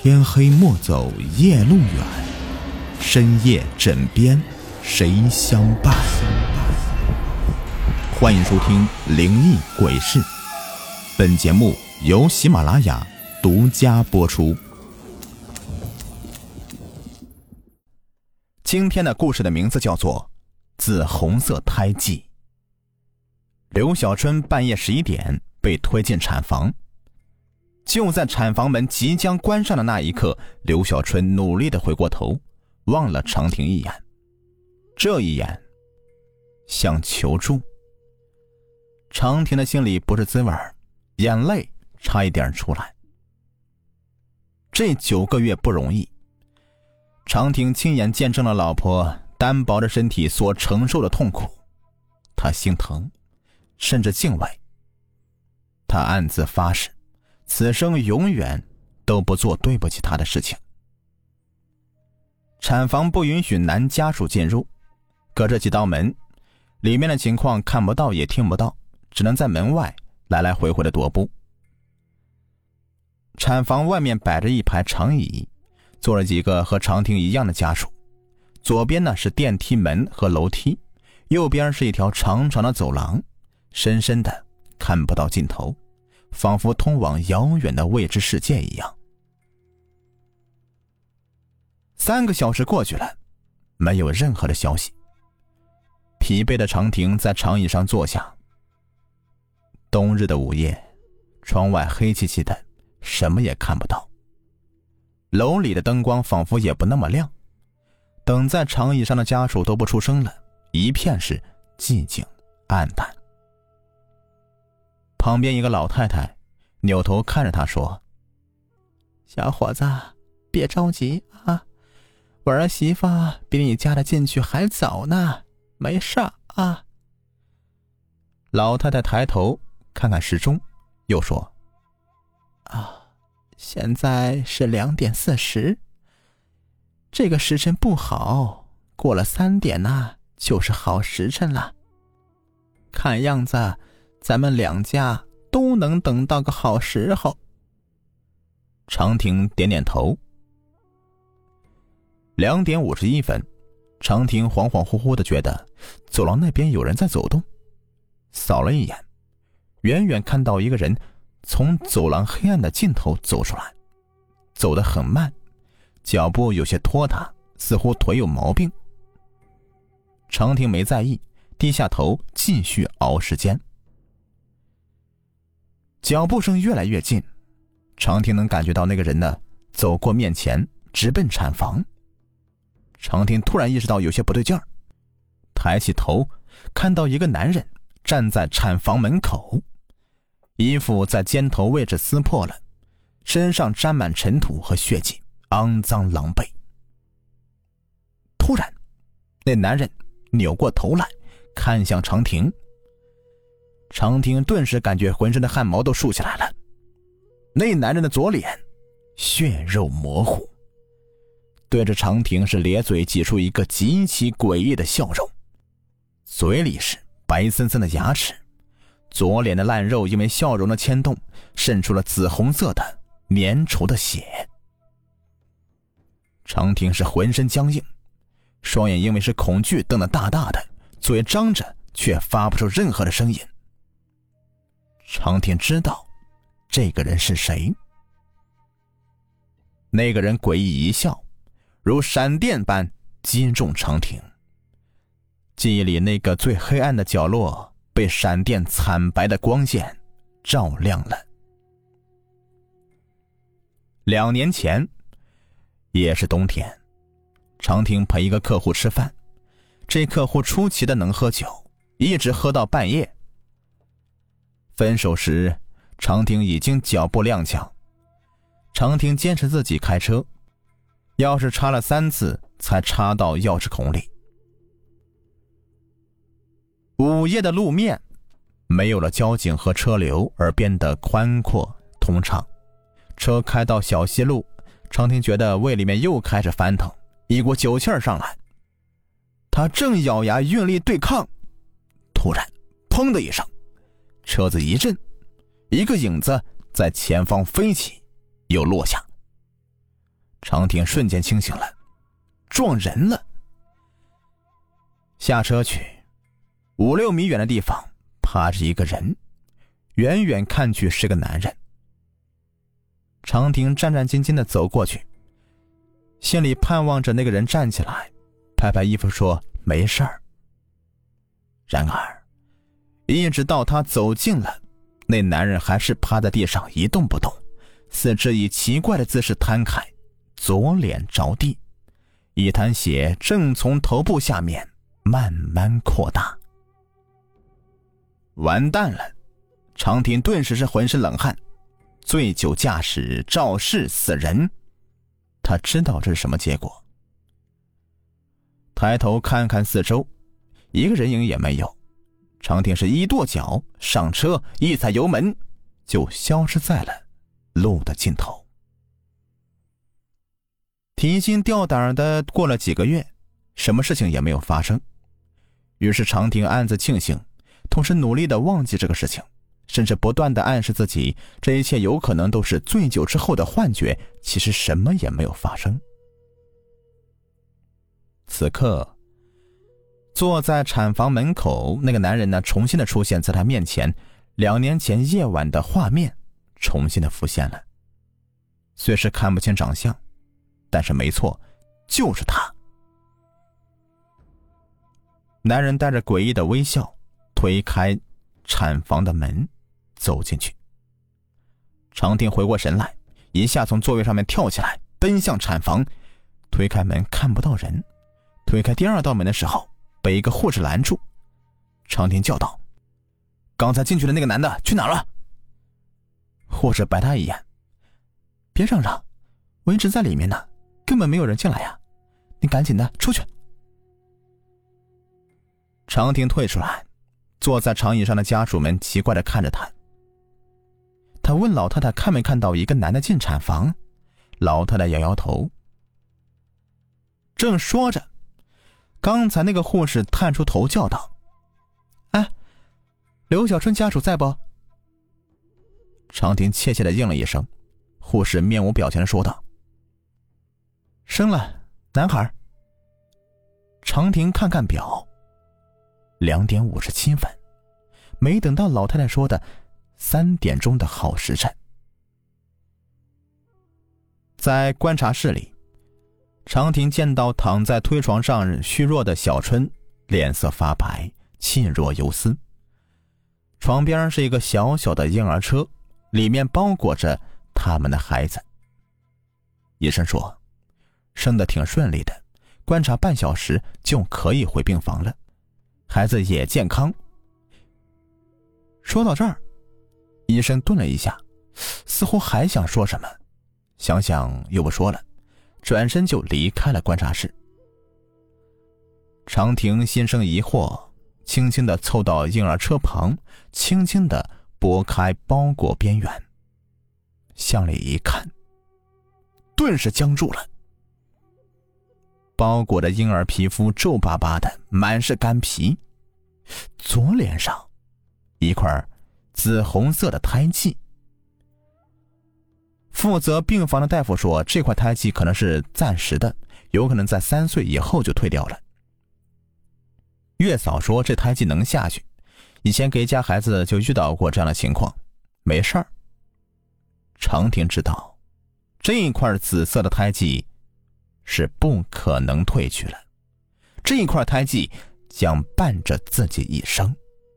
天黑莫走夜路远，深夜枕边谁相伴？欢迎收听灵异鬼事，本节目由喜马拉雅独家播出。今天的故事的名字叫做紫红色胎记。刘小春半夜11点被推进产房，就在产房门即将关上的那一刻，刘小春努力地回过头，望了常婷一眼，这一眼想求助。常婷的心里不是滋味，眼泪差一点出来。这9个月不容易，常婷亲眼见证了老婆单薄的身体所承受的痛苦，她心疼，甚至敬畏。她暗自发誓，此生永远都不做对不起她的事情。产房不允许男家属进入，隔着几道门，里面的情况看不到也听不到，只能在门外来来回回的踱步。产房外面摆着一排长椅，坐了几个和常婷一样的家属，左边呢是电梯门和楼梯，右边是一条长长的走廊，深深的看不到尽头，仿佛通往遥远的未知世界一样。3个小时过去了，没有任何的消息。疲惫的常婷在长椅上坐下。冬日的午夜，窗外黑漆漆的，什么也看不到。楼里的灯光仿佛也不那么亮。等在长椅上的家属都不出声了，一片是寂静暗淡。旁边一个老太太扭头看着他说：“小伙子，别着急啊，我儿媳妇比你嫁得进去还早呢，没事啊。”老太太抬头看看时钟，又说：“现在是2点40，这个时辰不好，过了3点呢，就是好时辰了。看样子咱们2家都能等到个好时候。”常婷点点头。2点51分，常婷恍恍惚惚地觉得走廊那边有人在走动，扫了一眼，远远看到一个人从走廊黑暗的尽头走出来，走得很慢，脚步有些拖沓，似乎腿有毛病。常婷没在意，低下头继续熬时间。脚步声越来越近，常婷能感觉到那个人呢走过面前，直奔产房。常婷突然意识到有些不对劲儿，抬起头看到一个男人站在产房门口，衣服在肩头位置撕破了，身上沾满尘土和血迹，肮脏狼狈。突然，那男人扭过头来看向常婷，常婷顿时感觉浑身的汗毛都竖起来了。那男人的左脸血肉模糊，对着常婷是咧嘴挤出一个极其诡异的笑容，嘴里是白森森的牙齿，左脸的烂肉因为笑容的牵动渗出了紫红色的粘稠的血。常婷是浑身僵硬，双眼因为是恐惧瞪得大大的，嘴张着却发不出任何的声音。常婷知道这个人是谁。那个人诡异一笑，如闪电般击中常婷。记忆里那个最黑暗的角落被闪电惨白的光线照亮了。2年前也是冬天，常婷陪一个客户吃饭，这客户出奇的能喝酒，一直喝到半夜。分手时常婷已经脚步踉跄，常婷坚持自己开车，钥匙插了3次才插到钥匙孔里。午夜的路面没有了交警和车流而变得宽阔通畅，车开到小西路，常婷觉得胃里面又开始翻腾，一股酒气上来。他正咬牙用力对抗，突然砰的一声，车子一震，一个影子在前方飞起又落下。 长亭瞬间清醒了，撞人了。下车去，5-6米远的地方趴着一个人，远远看去是个男人。长亭战战兢兢地走过去，心里盼望着那个人站起来，拍拍衣服说没事儿。然而一直到他走近了，那男人还是趴在地上一动不动，四肢以奇怪的姿势摊开，左脸着地，一滩血正从头部下面慢慢扩大。完蛋了，长亭顿时是浑身冷汗，醉酒驾驶肇事死人，他知道这是什么结果。抬头看看四周，一个人影也没有。长亭是一跺脚上车，一踩油门就消失在了路的尽头。提心吊胆的过了几个月，什么事情也没有发生。于是长亭暗自庆幸，同时努力的忘记这个事情，甚至不断的暗示自己，这一切有可能都是醉酒之后的幻觉，其实什么也没有发生。此刻坐在产房门口，那个男人呢，重新的出现在他面前，2年前夜晚的画面重新的浮现了。虽是看不清长相，但是没错，就是他。男人带着诡异的微笑推开产房的门走进去。长亭回过神来，一下从座位上面跳起来奔向产房，推开门看不到人，推开第2道门的时候被一个护士拦住。长亭叫道：刚才进去的那个男的去哪了？护士白他一眼：别嚷嚷，我一直在里面呢，根本没有人进来呀，你赶紧的出去。长亭退出来，坐在长椅上的家属们奇怪地看着他。他问老太太看没看到一个男的进产房，老太太摇摇头。正说着，刚才那个护士探出头叫道：哎，刘小春家属在不？长亭怯怯地应了一声。护士面无表情地说道：生了男孩。长亭看看表，2点57分，没等到老太太说的3点钟的好时辰。在观察室里，长亭见到躺在推床上虚弱的小春，脸色发白，气若游丝。床边是一个小小的婴儿车，里面包裹着他们的孩子。医生说生得挺顺利的，观察半小时就可以回病房了，孩子也健康。说到这儿，医生顿了一下，似乎还想说什么，想想又不说了，转身就离开了观察室。长亭心生疑惑，轻轻地凑到婴儿车旁，轻轻地拨开包裹边缘，向里一看，顿时僵住了。包裹的婴儿皮肤皱巴巴的，满是干皮，左脸上一块紫红色的胎记。负责病房的大夫说，这块胎记可能是暂时的，有可能在3岁以后就退掉了。月嫂说这胎记能下去，以前给家孩子就遇到过这样的情况，没事儿。长亭知道这一块紫色的胎记是不可能退去了，这一块胎记将伴着自己一生。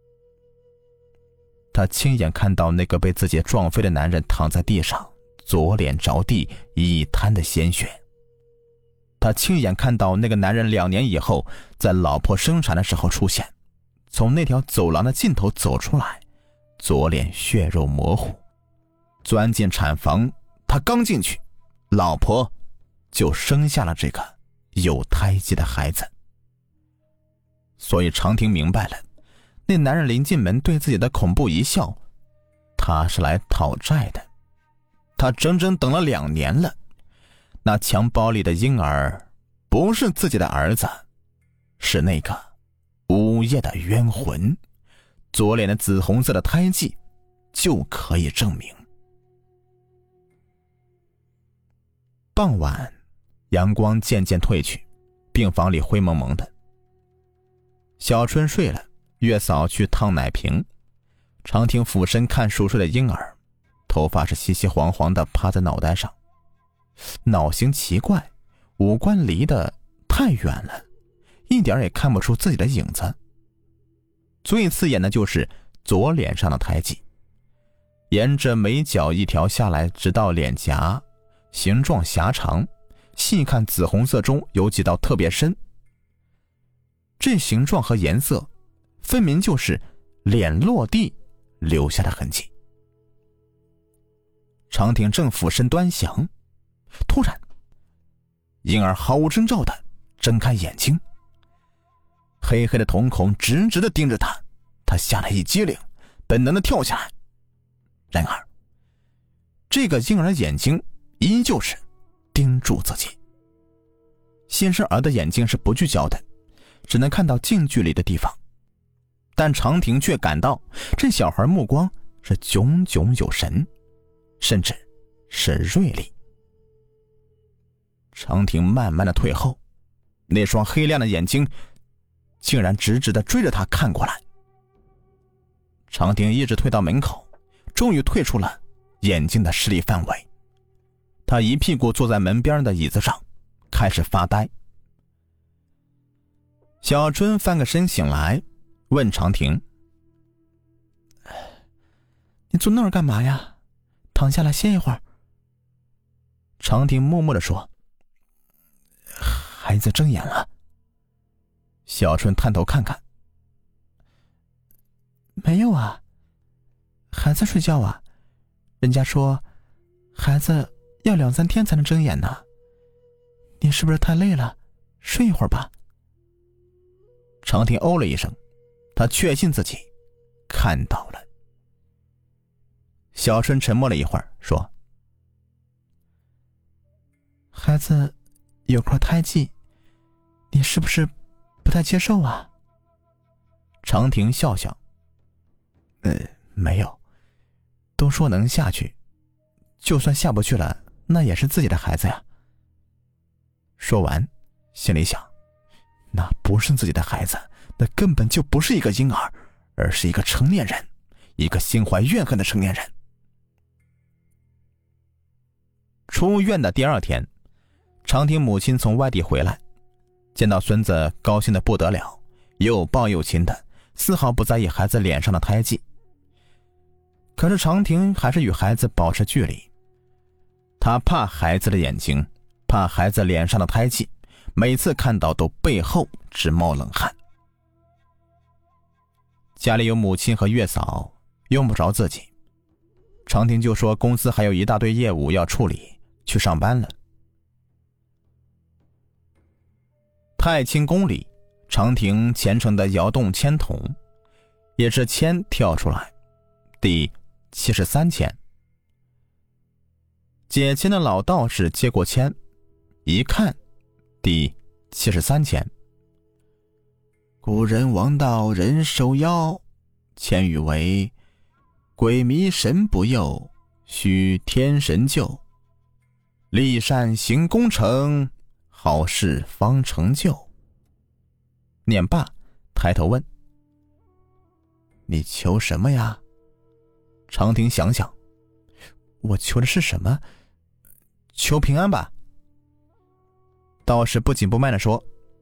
他亲眼看到那个被自己撞飞的男人躺在地上，左脸着地，一滩的鲜血。他亲眼看到那个男人2年以后在老婆生产的时候出现，从那条走廊的尽头走出来，左脸血肉模糊，钻进产房。他刚进去，老婆就生下了这个有胎记的孩子。所以长亭明白了，那男人临进门对自己的恐怖一笑，他是来讨债的。他整整等了2年了，那襁褓里的婴儿不是自己的儿子，是那个午夜的冤魂。左脸的紫红色的胎记就可以证明。傍晚， 阳光渐渐褪去，病房里灰蒙蒙的。小春睡了，月嫂去烫奶瓶，常婷俯身看熟睡的婴儿，头发是稀稀黄黄的趴在脑袋上，脑型奇怪，五官离得太远了，一点也看不出自己的影子。最刺眼的就是左脸上的胎记，沿着眉角一条下来，直到脸颊，形状狭长，细看紫红色中有几道特别深。这形状和颜色分明就是脸落地留下的痕迹。常婷正俯身端详，突然婴儿毫无征兆地睁开眼睛，黑黑的瞳孔直直地盯着他，他吓得一激灵，本能地跳下来。然而这个婴儿的眼睛依旧是盯住自己。新生儿的眼睛是不聚焦的，只能看到近距离的地方，但常婷却感到这小孩目光是炯炯有神，甚至是锐利。常婷慢慢的退后，那双黑亮的眼睛竟然直直的追着他看过来。常婷一直退到门口，终于退出了眼睛的视力范围。他一屁股坐在门边的椅子上，开始发呆。小春翻个身醒来，问常婷：“你坐那儿干嘛呀？躺下来歇一会儿。”常婷默默地说：“孩子睁眼了。”小春探头看看：“没有啊，孩子睡觉啊，人家说孩子要2-3天才能睁眼呢。你是不是太累了？睡一会儿吧。”常婷哦了一声，他确信自己看到了。小春沉默了一会儿，说：“孩子有块胎记，你是不是不太接受啊？”常婷笑笑：“没有，都说能下去，就算下不去了，那也是自己的孩子呀。”说完，心里想，那不是自己的孩子，那根本就不是一个婴儿，而是一个成年人，一个心怀怨恨的成年人。出院的第2天，常婷母亲从外地回来，见到孙子高兴得不得了，又抱又亲的，丝毫不在意孩子脸上的胎记。可是常婷还是与孩子保持距离，她怕孩子的眼睛，怕孩子脸上的胎记，每次看到都背后直冒冷汗。家里有母亲和月嫂，用不着自己，常婷就说公司还有一大堆业务要处理，去上班了。太清宫里，常婷虔诚地摇动签筒，也是签跳出来，第73签。解签的老道士接过签，一看，第73签。古人王道人受邀，签语为：鬼迷神不佑，需天神救。立善行功成，好事方成就。念罢，抬头问：“你求什么呀？”常婷想想，我求的是什么？求平安吧。道士不紧不慢地说：“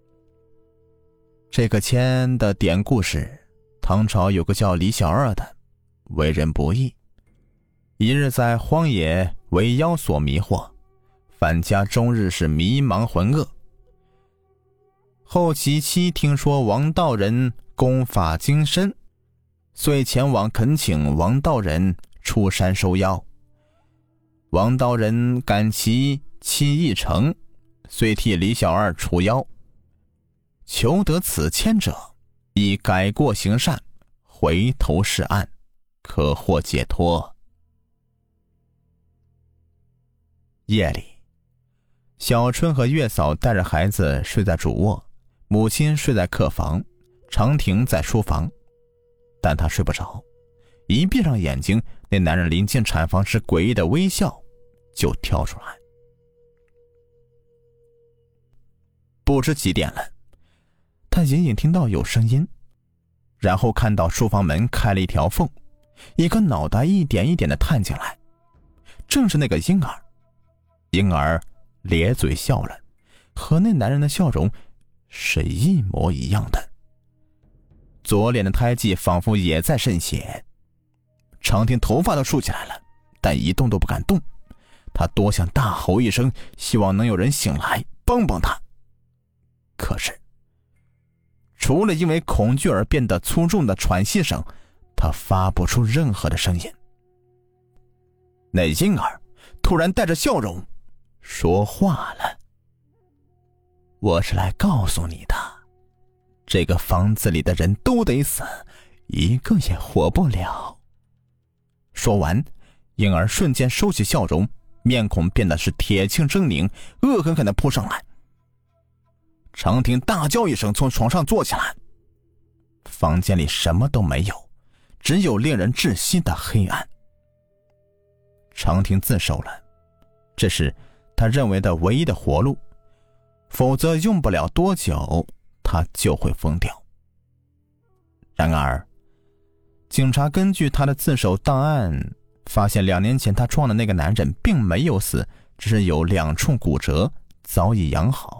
这个签的典故是，唐朝有个叫李小二的，为人不义，一日在荒野为妖所迷惑，返家终日是迷茫浑噩。后其妻听说王道人功法精深，遂前往恳请王道人出山收妖。王道人感其妻意诚，遂替李小二除妖。求得此签者，以改过行善，回头是岸，可获解脱。”夜里，小春和月嫂带着孩子睡在主卧，母亲睡在客房，常婷在书房，但她睡不着，一闭上眼睛，那男人临近产房时诡异的微笑就跳出来。 不知几点了。他隐隐听到有声音，然后看到书房门开了一条缝，一个脑袋一点一点地探进来，正是那个婴儿。婴儿咧嘴笑了，和那男人的笑容是一模一样的。左脸的胎记仿佛也在渗血。常婷头发都竖起来了，但一动都不敢动。他多想大吼一声，希望能有人醒来帮帮他。可是除了因为恐惧而变得粗重的喘息声，他发不出任何的声音。那婴儿突然带着笑容说话了：我是来告诉你的，这个房子里的人都得死，一个也活不了。说完，婴儿瞬间收起笑容，面孔变得是铁青狰狞，恶狠狠地扑上来。常婷大叫一声，从床上坐起来。房间里什么都没有，只有令人窒息的黑暗。常婷自首了，这是他认为的唯一的活路，否则用不了多久他就会疯掉。然而警察根据他的自首档案发现，2年前他撞的那个男人并没有死，只是有2处骨折，早已养好。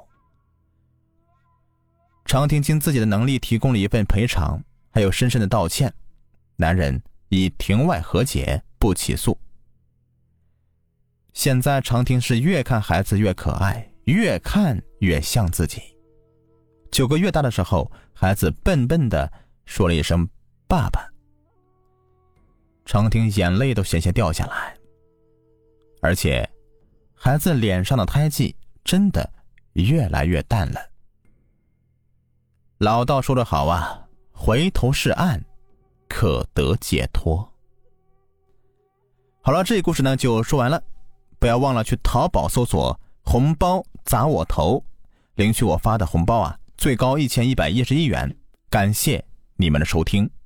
常婷尽自己的能力提供了一份赔偿，还有深深的道歉。男人以庭外和解，不起诉。现在常婷是越看孩子越可爱，越看越像自己。9个月大的时候，孩子笨笨地说了一声爸爸。常婷眼泪都险些掉下来，而且孩子脸上的胎记真的越来越淡了。老道说得好啊，回头是岸，可得解脱。好了，这个故事呢就说完了，不要忘了去淘宝搜索红包砸我头，领取我发的红包啊，最高1111元。感谢你们的收听。